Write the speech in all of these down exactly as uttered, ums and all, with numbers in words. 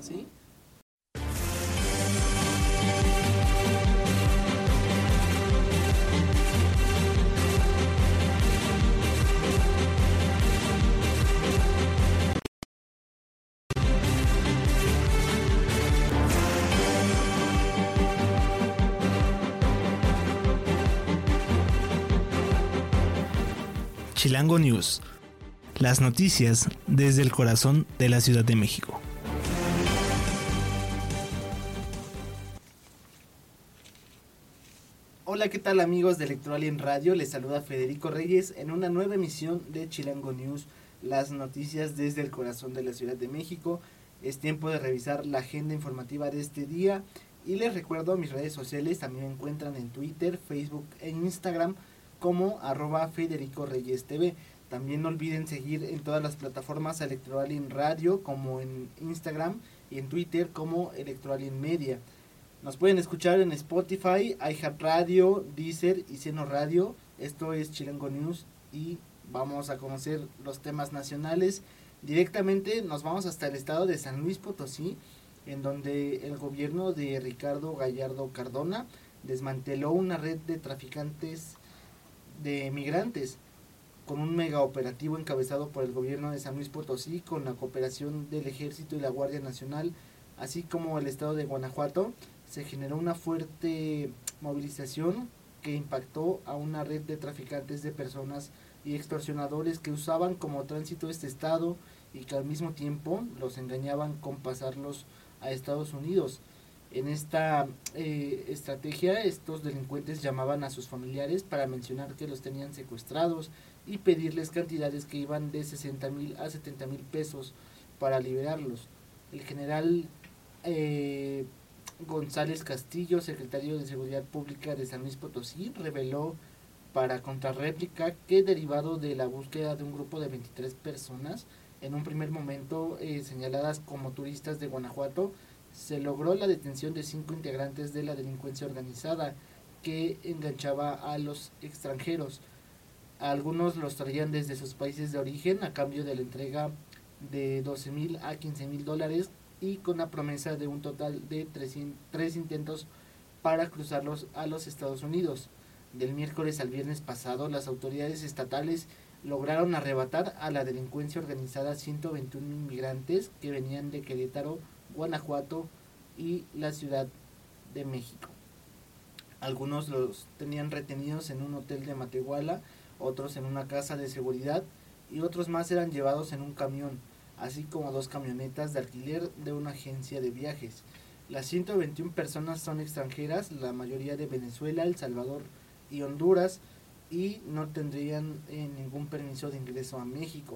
¿Así? Chilango News. Las noticias desde el corazón de la Ciudad de México. Hola, ¿qué tal amigos de Electroalien Radio? Les saluda Federico Reyes en una nueva emisión de Chilango News, las noticias desde el corazón de la Ciudad de México. Es tiempo de revisar la agenda informativa de este día y les recuerdo mis redes sociales, también me encuentran en Twitter, Facebook e Instagram como arroba Federico Reyes T V. También no olviden seguir en todas las plataformas a Electroalien Radio, como en Instagram y en Twitter como Electroalien Media. Nos pueden escuchar en Spotify, iHeartRadio, Deezer y Seno Radio. Esto es Chilango News y vamos a conocer los temas nacionales. Directamente nos vamos hasta el estado de San Luis Potosí, en donde el gobierno de Ricardo Gallardo Cardona desmanteló una red de traficantes de migrantes con un mega operativo encabezado por el gobierno de San Luis Potosí con la cooperación del Ejército y la Guardia Nacional, así como el estado de Guanajuato. Se generó una fuerte movilización que impactó a una red de traficantes de personas y extorsionadores que usaban como tránsito este estado y que al mismo tiempo los engañaban con pasarlos a Estados Unidos. En esta eh, estrategia, estos delincuentes llamaban a sus familiares para mencionar que los tenían secuestrados y pedirles cantidades que iban de sesenta mil a setenta mil pesos para liberarlos. El general eh, González Castillo, secretario de Seguridad Pública de San Luis Potosí, reveló para contrarréplica que, derivado de la búsqueda de un grupo de veintitrés personas, en un primer momento eh, señaladas como turistas de Guanajuato, se logró la detención de cinco integrantes de la delincuencia organizada que enganchaba a los extranjeros. Algunos los traían desde sus países de origen a cambio de la entrega de doce mil a quince mil dólares y con la promesa de un total de tres intentos para cruzarlos a los Estados Unidos. Del miércoles al viernes pasado, las autoridades estatales lograron arrebatar a la delincuencia organizada ciento veintiún inmigrantes que venían de Querétaro, Guanajuato y la Ciudad de México. Algunos los tenían retenidos en un hotel de Matehuala, otros en una casa de seguridad y otros más eran llevados en un camión, así como dos camionetas de alquiler de una agencia de viajes. Las ciento veintiuna personas son extranjeras, la mayoría de Venezuela, El Salvador y Honduras, y no tendrían eh, ningún permiso de ingreso a México.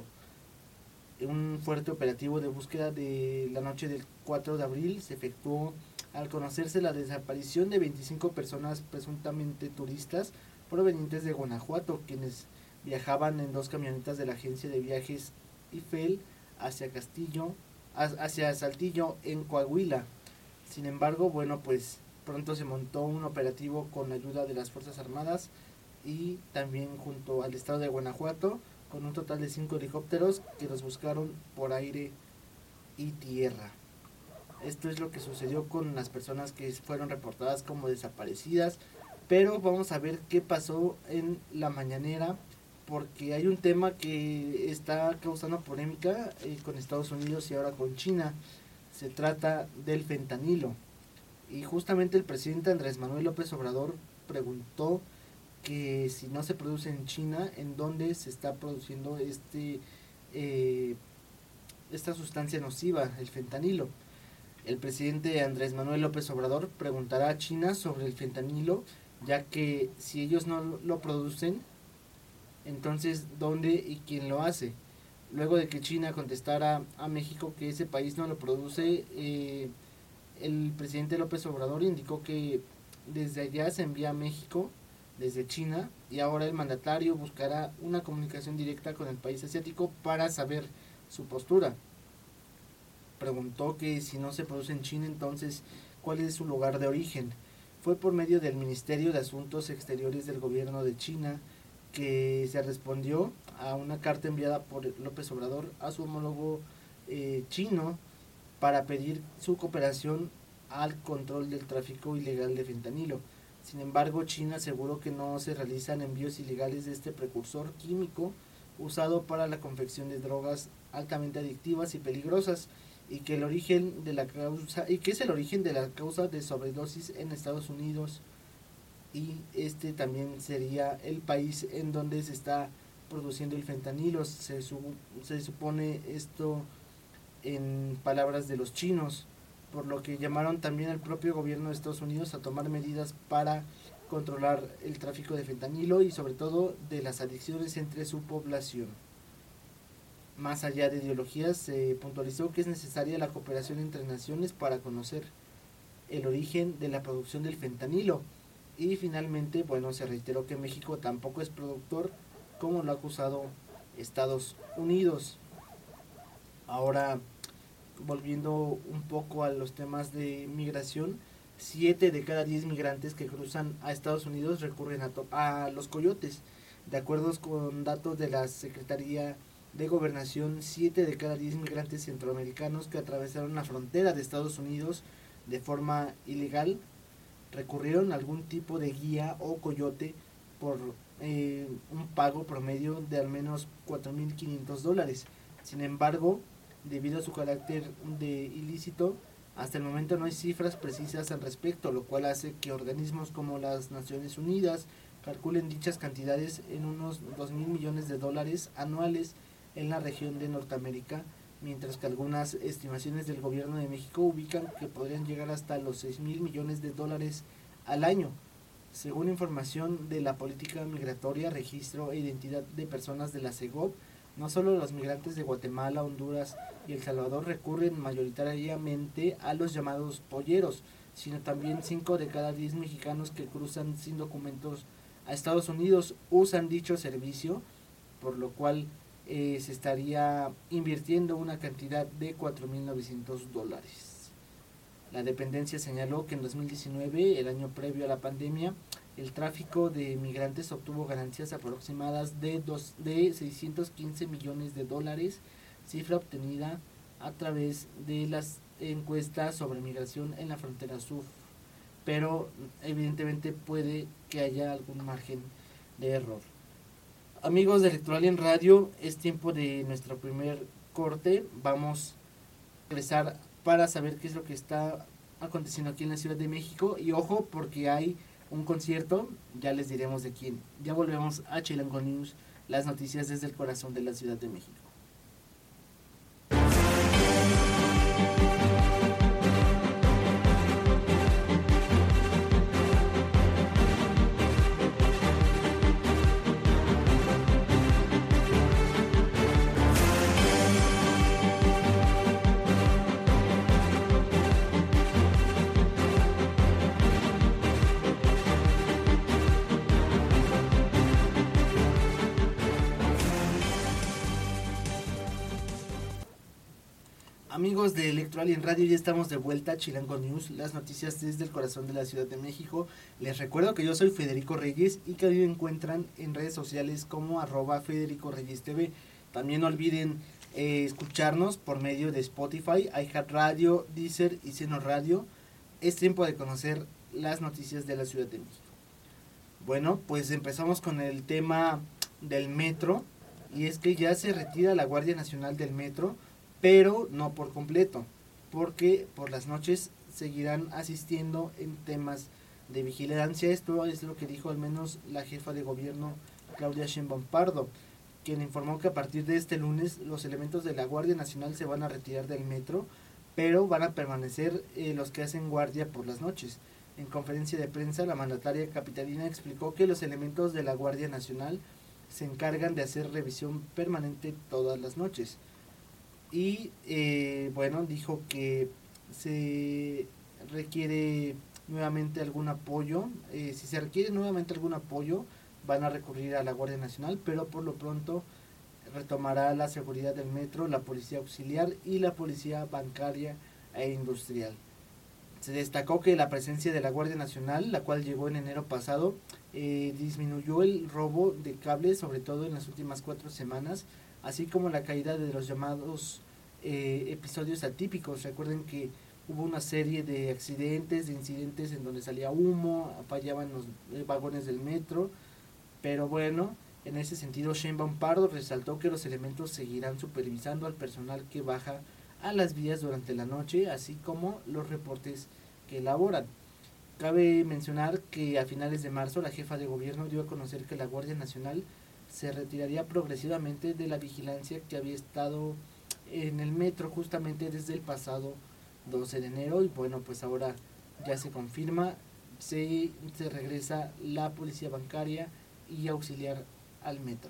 Un fuerte operativo de búsqueda de la noche del cuatro de abril se efectuó al conocerse la desaparición de veinticinco personas presuntamente turistas provenientes de Guanajuato, quienes viajaban en dos camionetas de la agencia de viajes I F E L hacia Castillo, hacia Saltillo en Coahuila. Sin embargo, bueno, pues pronto se montó un operativo con ayuda de las Fuerzas Armadas y también junto al estado de Guanajuato, con un total de cinco helicópteros que los buscaron por aire y tierra. Esto es lo que sucedió con las personas que fueron reportadas como desaparecidas, pero vamos a ver qué pasó en la mañanera, porque hay un tema que está causando polémica eh, con Estados Unidos y ahora con China. Se trata del fentanilo, y justamente el presidente Andrés Manuel López Obrador preguntó que si no se produce en China, ¿en dónde se está produciendo este eh, esta sustancia nociva, el fentanilo? El presidente Andrés Manuel López Obrador preguntará a China sobre el fentanilo, ya que si ellos no lo producen, entonces ¿dónde y quién lo hace? Luego de que China contestara a México que ese país no lo produce, eh, el presidente López Obrador indicó que desde allá se envía a México, desde China, y ahora el mandatario buscará una comunicación directa con el país asiático para saber su postura. Preguntó que si no se produce en China, entonces ¿cuál es su lugar de origen? Fue por medio del Ministerio de Asuntos Exteriores del gobierno de China que se respondió a una carta enviada por López Obrador a su homólogo eh, chino, para pedir su cooperación al control del tráfico ilegal de fentanilo. Sin embargo, China aseguró que no se realizan envíos ilegales de este precursor químico usado para la confección de drogas altamente adictivas y peligrosas, y que el origen de la causa y que es el origen de la causa de sobredosis en Estados Unidos, y este también sería el país en donde se está produciendo el fentanilo. Se, su, se supone esto en palabras de los chinos, por lo que llamaron también al propio gobierno de Estados Unidos a tomar medidas para controlar el tráfico de fentanilo y sobre todo de las adicciones entre su población. Más allá de ideologías, se puntualizó que es necesaria la cooperación entre naciones para conocer el origen de la producción del fentanilo. Y finalmente, bueno, se reiteró que México tampoco es productor, como lo ha acusado Estados Unidos. Ahora, volviendo un poco a los temas de migración, siete de cada diez migrantes que cruzan a Estados Unidos recurren a, to- a los coyotes. De acuerdo con datos de la Secretaría de Gobernación, siete de cada diez migrantes centroamericanos que atravesaron la frontera de Estados Unidos de forma ilegal recurrieron a algún tipo de guía o coyote por eh, un pago promedio de al menos cuatro mil quinientos dólares. Sin embargo, debido a su carácter de ilícito, hasta el momento no hay cifras precisas al respecto, lo cual hace que organismos como las Naciones Unidas calculen dichas cantidades en unos dos mil millones de dólares anuales en la región de Norteamérica, mientras que algunas estimaciones del gobierno de México ubican que podrían llegar hasta los seis mil millones de dólares al año. Según información de la Política Migratoria, Registro e Identidad de Personas de la SEGOV, no solo los migrantes de Guatemala, Honduras y El Salvador recurren mayoritariamente a los llamados polleros, sino también cinco de cada diez mexicanos que cruzan sin documentos a Estados Unidos usan dicho servicio, por lo cual eh, se estaría invirtiendo una cantidad de cuatro mil novecientos dólares. La dependencia señaló que en dos mil diecinueve, el año previo a la pandemia, el tráfico de migrantes obtuvo ganancias aproximadas de, dos, de seiscientos quince millones de dólares, cifra obtenida a través de las encuestas sobre migración en la frontera sur. Pero evidentemente puede que haya algún margen de error. Amigos de Electroalien Radio, es tiempo de nuestro primer corte. Vamos a regresar para saber qué es lo que está aconteciendo aquí en la Ciudad de México. Y ojo, porque hay un concierto, ya les diremos de quién. Ya volvemos a Chilango News, las noticias desde el corazón de la Ciudad de México. Amigos de Electroalien Radio, ya estamos de vuelta a Chilango News, las noticias desde el corazón de la Ciudad de México. Les recuerdo que yo soy Federico Reyes y que hoy me encuentran en redes sociales como arroba Federico Reyes T V. También no olviden eh, escucharnos por medio de Spotify, iHeartRadio, Deezer y Seno Radio. Es tiempo de conocer las noticias de la Ciudad de México. Bueno, pues empezamos con el tema del metro, y es que ya se retira la Guardia Nacional del Metro, pero no por completo, porque por las noches seguirán asistiendo en temas de vigilancia. Esto es lo que dijo al menos la jefa de gobierno Claudia Sheinbaum Pardo, quien informó que a partir de este lunes los elementos de la Guardia Nacional se van a retirar del metro, pero van a permanecer eh, los que hacen guardia por las noches. En conferencia de prensa, la mandataria capitalina explicó que los elementos de la Guardia Nacional se encargan de hacer revisión permanente todas las noches. Y eh, bueno, dijo que se requiere nuevamente algún apoyo, eh, si se requiere nuevamente algún apoyo van a recurrir a la Guardia Nacional, pero por lo pronto retomará la seguridad del metro, la policía auxiliar y la policía bancaria e industrial. Se destacó que la presencia de la Guardia Nacional, la cual llegó en enero pasado, eh, disminuyó el robo de cables, sobre todo en las últimas cuatro semanas, así como la caída de los llamados eh, episodios atípicos. Recuerden que hubo una serie de accidentes, de incidentes en donde salía humo, fallaban los eh, vagones del metro, pero bueno, en ese sentido Sheinbaum Pardo resaltó que los elementos seguirán supervisando al personal que baja a las vías durante la noche, así como los reportes que elaboran. Cabe mencionar que a finales de marzo la jefa de gobierno dio a conocer que la Guardia Nacional se retiraría progresivamente de la vigilancia que había estado en el metro justamente desde el pasado doce de enero, y bueno, pues ahora ya se confirma, se, se regresa la policía bancaria y auxiliar al metro.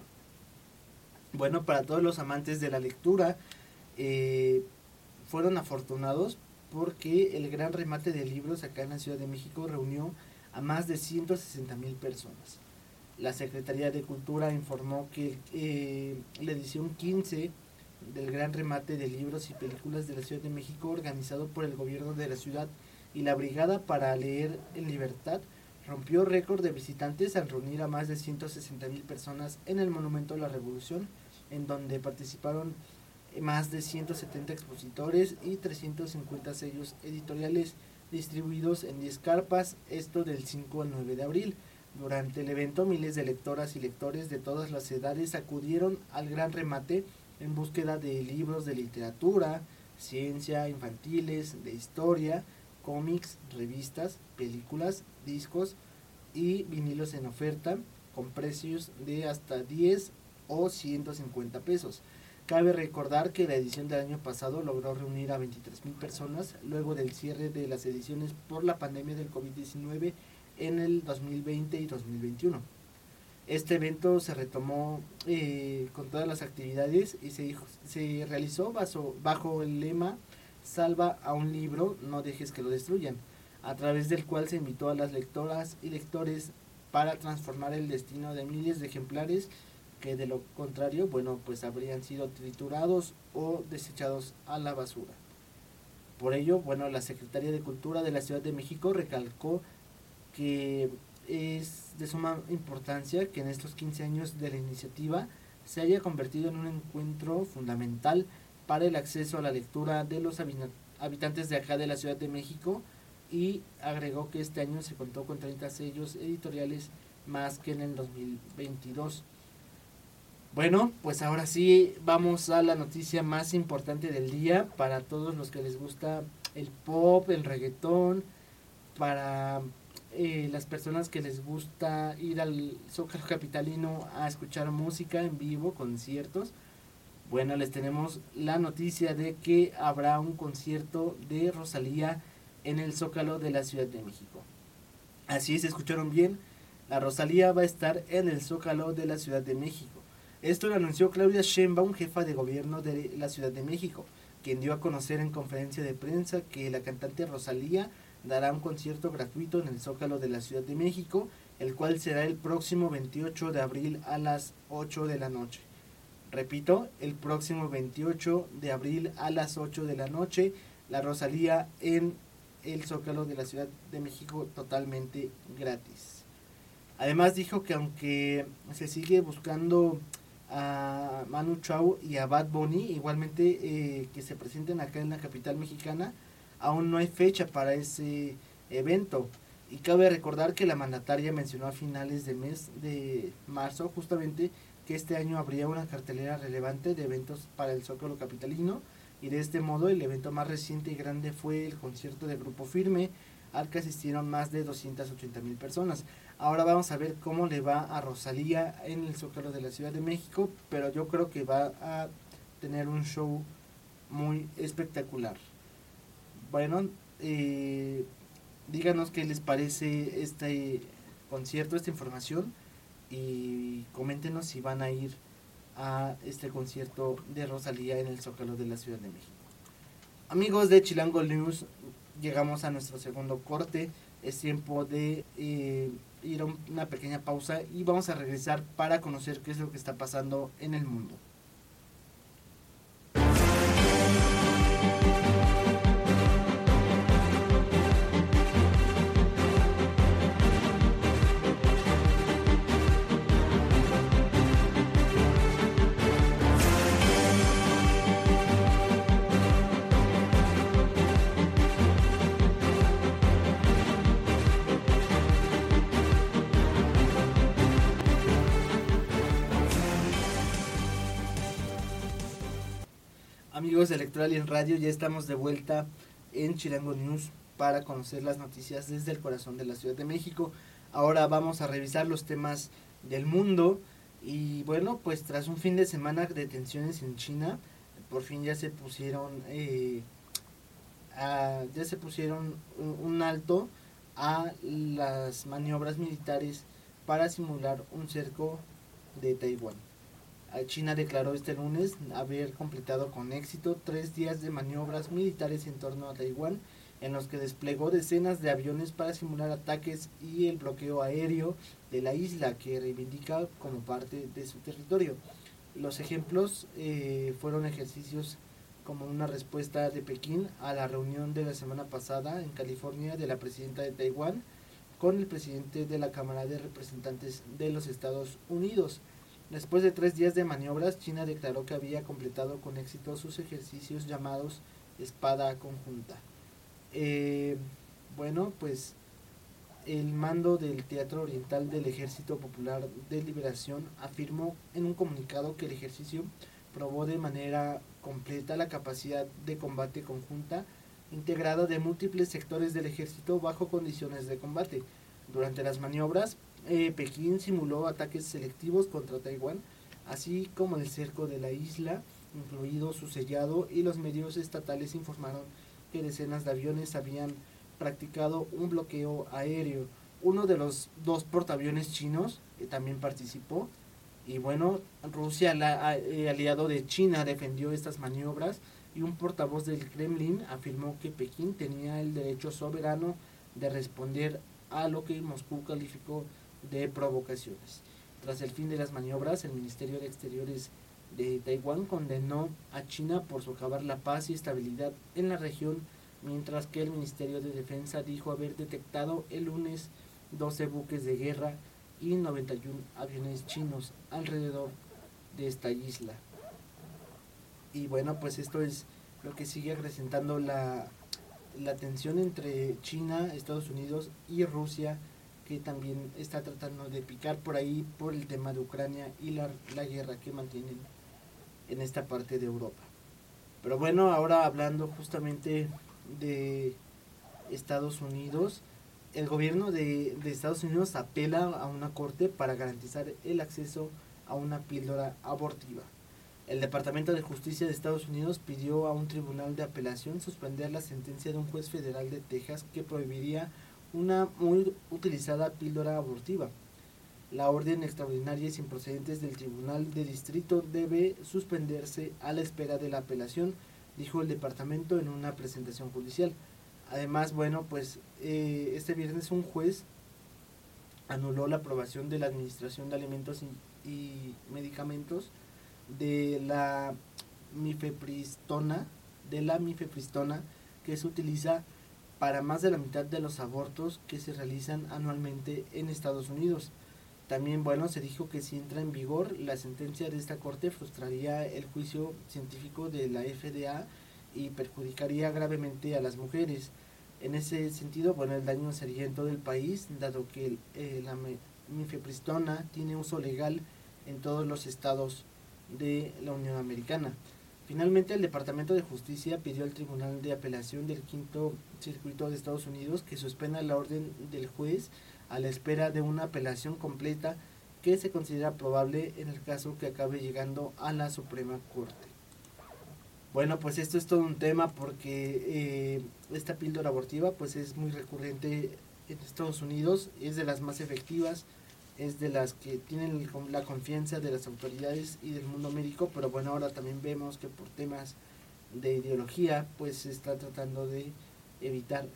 Bueno, para todos los amantes de la lectura, eh, fueron afortunados porque el gran remate de libros acá en la Ciudad de México reunió a más de ciento sesenta mil personas. La Secretaría de Cultura informó que eh, la edición quince del gran remate de libros y películas de la Ciudad de México, organizado por el gobierno de la ciudad y la Brigada para Leer en Libertad, rompió récord de visitantes al reunir a más de ciento sesenta mil personas en el Monumento a la Revolución, en donde participaron más de ciento setenta expositores y trescientos cincuenta sellos editoriales distribuidos en diez carpas, esto del cinco al nueve de abril. Durante el evento, miles de lectoras y lectores de todas las edades acudieron al gran remate en búsqueda de libros de literatura, ciencia, infantiles, de historia, cómics, revistas, películas, discos y vinilos en oferta con precios de hasta diez o ciento cincuenta pesos. Cabe recordar que la edición del año pasado logró reunir a veintitrés mil personas luego del cierre de las ediciones por la pandemia del COVID diecinueve en el dos mil veinte y dos mil veintiuno. Este evento se retomó eh, con todas las actividades y se, se realizó bajo, bajo el lema "Salva a un libro, no dejes que lo destruyan", a través del cual se invitó a las lectoras y lectores para transformar el destino de miles de ejemplares que de lo contrario, bueno, pues habrían sido triturados o desechados a la basura. Por ello, bueno, la Secretaría de Cultura de la Ciudad de México recalcó que es de suma importancia que en estos quince años de la iniciativa se haya convertido en un encuentro fundamental para el acceso a la lectura de los habitantes de acá de la Ciudad de México, y agregó que este año se contó con treinta sellos editoriales más que en el dos mil veintidós. Bueno, pues ahora sí vamos a la noticia más importante del día para todos los que les gusta el pop, el reggaetón, para eh, las personas que les gusta ir al Zócalo capitalino a escuchar música en vivo, conciertos. Bueno, les tenemos la noticia de que habrá un concierto de Rosalía en el Zócalo de la Ciudad de México. Así es, escucharon bien, la Rosalía va a estar en el Zócalo de la Ciudad de México. Esto lo anunció Claudia Sheinbaum, jefa de gobierno de la Ciudad de México, quien dio a conocer en conferencia de prensa que la cantante Rosalía dará un concierto gratuito en el Zócalo de la Ciudad de México, el cual será el próximo veintiocho de abril a las ocho de la noche. Repito, el próximo veintiocho de abril a las ocho de la noche, la Rosalía en el Zócalo de la Ciudad de México, totalmente gratis. Además dijo que aunque se sigue buscando a Manu Chao y a Bad Bunny igualmente eh, que se presenten acá en la capital mexicana, aún no hay fecha para ese evento. Y cabe recordar que la mandataria mencionó a finales de mes de marzo justamente que este año habría una cartelera relevante de eventos para el Zócalo capitalino, y de este modo el evento más reciente y grande fue el concierto de Grupo Firme, al que asistieron más de doscientas ochenta mil personas. Ahora vamos a ver cómo le va a Rosalía en el Zócalo de la Ciudad de México, pero yo creo que va a tener un show muy espectacular. Bueno, eh, díganos qué les parece este concierto, esta información, y coméntenos si van a ir a este concierto de Rosalía en el Zócalo de la Ciudad de México. Amigos de Chilango News, llegamos a nuestro segundo corte. Es tiempo de eh, ir a una pequeña pausa y vamos a regresar para conocer qué es lo que está pasando en el mundo. Amigos de Electroalien Radio, ya estamos de vuelta en Chilango News para conocer las noticias desde el corazón de la Ciudad de México. Ahora vamos a revisar los temas del mundo y bueno, pues tras un fin de semana de tensiones en China, por fin ya se pusieron eh, a, ya se pusieron un, un alto a las maniobras militares para simular un cerco de Taiwán. China declaró este lunes haber completado con éxito tres días de maniobras militares en torno a Taiwán, en los que desplegó decenas de aviones para simular ataques y el bloqueo aéreo de la isla, que reivindica como parte de su territorio. Los ejemplos eh, fueron ejercicios como una respuesta de Pekín a la reunión de la semana pasada en California de la presidenta de Taiwán con el presidente de la Cámara de Representantes de los Estados Unidos. Después de tres días de maniobras, China declaró que había completado con éxito sus ejercicios llamados Espada Conjunta. Eh, bueno, pues el mando del Teatro Oriental del Ejército Popular de Liberación afirmó en un comunicado que el ejercicio probó de manera completa la capacidad de combate conjunta integrada de múltiples sectores del ejército bajo condiciones de combate. Durante las maniobras, eh, Pekín simuló ataques selectivos contra Taiwán, así como el cerco de la isla, incluido su sellado, y los medios estatales informaron que decenas de aviones habían practicado un bloqueo aéreo. Uno de los dos portaaviones chinos eh, también participó. Y bueno, Rusia, la, eh, aliado de China, defendió estas maniobras y un portavoz del Kremlin afirmó que Pekín tenía el derecho soberano de responder a lo que Moscú calificó de provocaciones. Tras el fin de las maniobras, el Ministerio de Exteriores de Taiwán condenó a China por socavar la paz y estabilidad en la región, mientras que el Ministerio de Defensa dijo haber detectado el lunes doce buques de guerra y noventa y uno aviones chinos alrededor de esta isla. Y bueno, pues esto es lo que sigue acrecentando la, la tensión entre China, Estados Unidos y Rusia, que también está tratando de picar por ahí por el tema de Ucrania y la, la guerra que mantienen en esta parte de Europa. Pero bueno, ahora hablando justamente de Estados Unidos, el gobierno de, de Estados Unidos apela a una corte para garantizar el acceso a una píldora abortiva. El Departamento de Justicia de Estados Unidos pidió a un tribunal de apelación suspender la sentencia de un juez federal de Texas que prohibiría una muy utilizada píldora abortiva. La orden extraordinaria y sin precedentes del Tribunal de Distrito debe suspenderse a la espera de la apelación, dijo el departamento en una presentación judicial. Además, bueno, pues eh, este viernes un juez anuló la aprobación de la Administración de Alimentos y, y Medicamentos de la mifepristona, de la mifepristona que se utiliza para más de la mitad de los abortos que se realizan anualmente en Estados Unidos. También, bueno, se dijo que si entra en vigor la sentencia de esta corte frustraría el juicio científico de la F D A y perjudicaría gravemente a las mujeres. En ese sentido, bueno, el daño sería en todo el país, dado que eh, la mifepristona tiene uso legal en todos los estados de la Unión Americana. Finalmente, el Departamento de Justicia pidió al Tribunal de Apelación del Quinto Circuito de Estados Unidos que suspenda la orden del juez a la espera de una apelación completa que se considera probable en el caso que acabe llegando a la Suprema Corte. Bueno, pues esto es todo un tema porque eh, esta píldora abortiva pues es muy recurrente en Estados Unidos, es de las más efectivas, es de las que tienen la confianza de las autoridades y del mundo médico, pero bueno, ahora también vemos que por temas de ideología pues se está tratando de evitar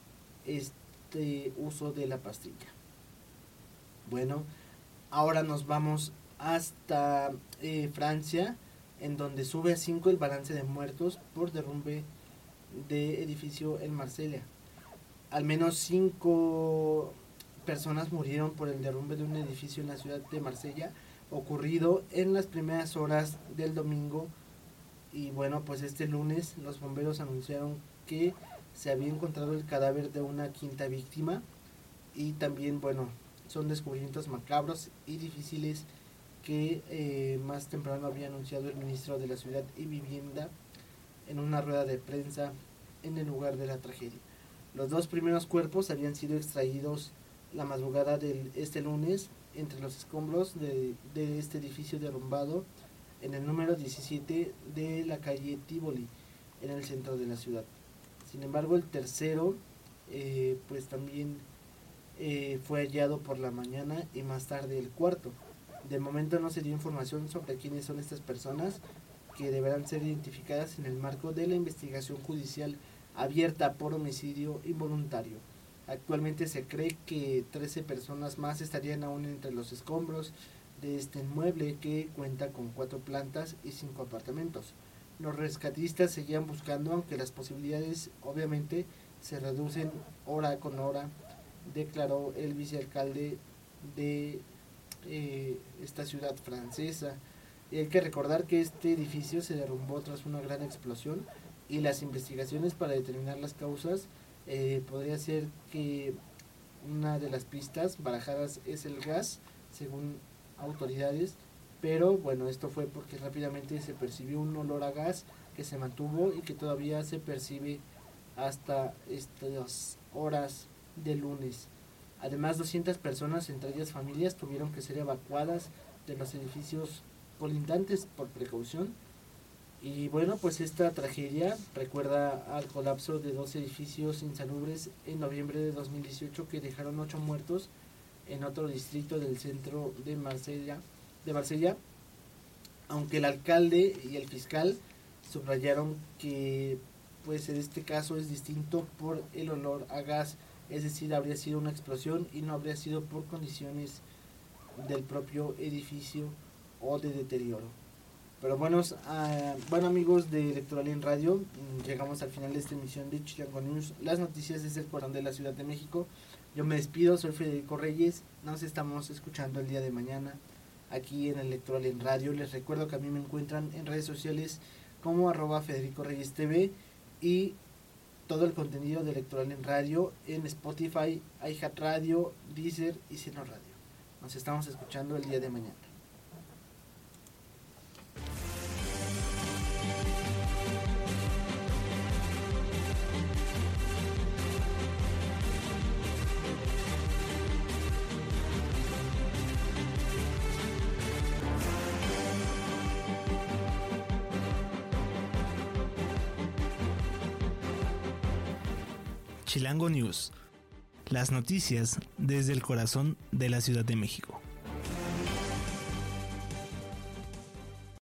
este uso de la pastilla. Bueno, ahora nos vamos hasta eh, Francia, en donde sube a cinco el balance de muertos por derrumbe de edificio en Marsella. Al menos cinco personas murieron por el derrumbe de un edificio en la ciudad de Marsella, ocurrido en las primeras horas del domingo. Y bueno, pues este lunes los bomberos anunciaron que se había encontrado el cadáver de una quinta víctima. Y también, bueno, son descubrimientos macabros y difíciles que eh, más temprano había anunciado el ministro de la Ciudad y Vivienda, en una rueda de prensa en el lugar de la tragedia. Los dos primeros cuerpos habían sido extraídos la madrugada de este lunes entre los escombros de, de este edificio derrumbado en el número diecisiete de la calle Tívoli, en el centro de la ciudad. Sin embargo, el tercero eh, pues también eh, fue hallado por la mañana y más tarde el cuarto. De momento no se dio información sobre quiénes son estas personas, que deberán ser identificadas en el marco de la investigación judicial abierta por homicidio involuntario. Actualmente se cree que trece personas más estarían aún entre los escombros de este inmueble, que cuenta con cuatro plantas y cinco apartamentos. Los rescatistas seguían buscando, aunque las posibilidades obviamente se reducen hora con hora, declaró el vicealcalde de eh, esta ciudad francesa. Y hay que recordar que este edificio se derrumbó tras una gran explosión, y las investigaciones para determinar las causas eh, podría ser que una de las pistas barajadas es el gas, según autoridades, pero bueno, esto fue porque rápidamente se percibió un olor a gas que se mantuvo y que todavía se percibe hasta estas horas de lunes. Además, doscientas personas, entre ellas familias, tuvieron que ser evacuadas de los edificios colindantes por precaución. Y bueno, pues esta tragedia recuerda al colapso de dos edificios insalubres en noviembre de dos mil dieciocho que dejaron ocho muertos en otro distrito del centro de Marsella, de Marsella, aunque el alcalde y el fiscal subrayaron que pues en este caso es distinto por el olor a gas, es decir, habría sido una explosión y no habría sido por condiciones del propio edificio o de deterioro. Pero buenos, uh, bueno amigos de Electoral en Radio, llegamos al final de esta emisión de Chilango News, las noticias desde el corazón de la Ciudad de México. Yo me despido, soy Federico Reyes, nos estamos escuchando el día de mañana aquí en Electoral en Radio. Les recuerdo que a mí me encuentran en redes sociales como arroba Federico Reyes T V, y todo el contenido de Electoral en Radio en Spotify, iHeartRadio, Deezer y Seno Radio. Nos estamos escuchando el día de mañana. Chilango News, las noticias desde el corazón de la Ciudad de México.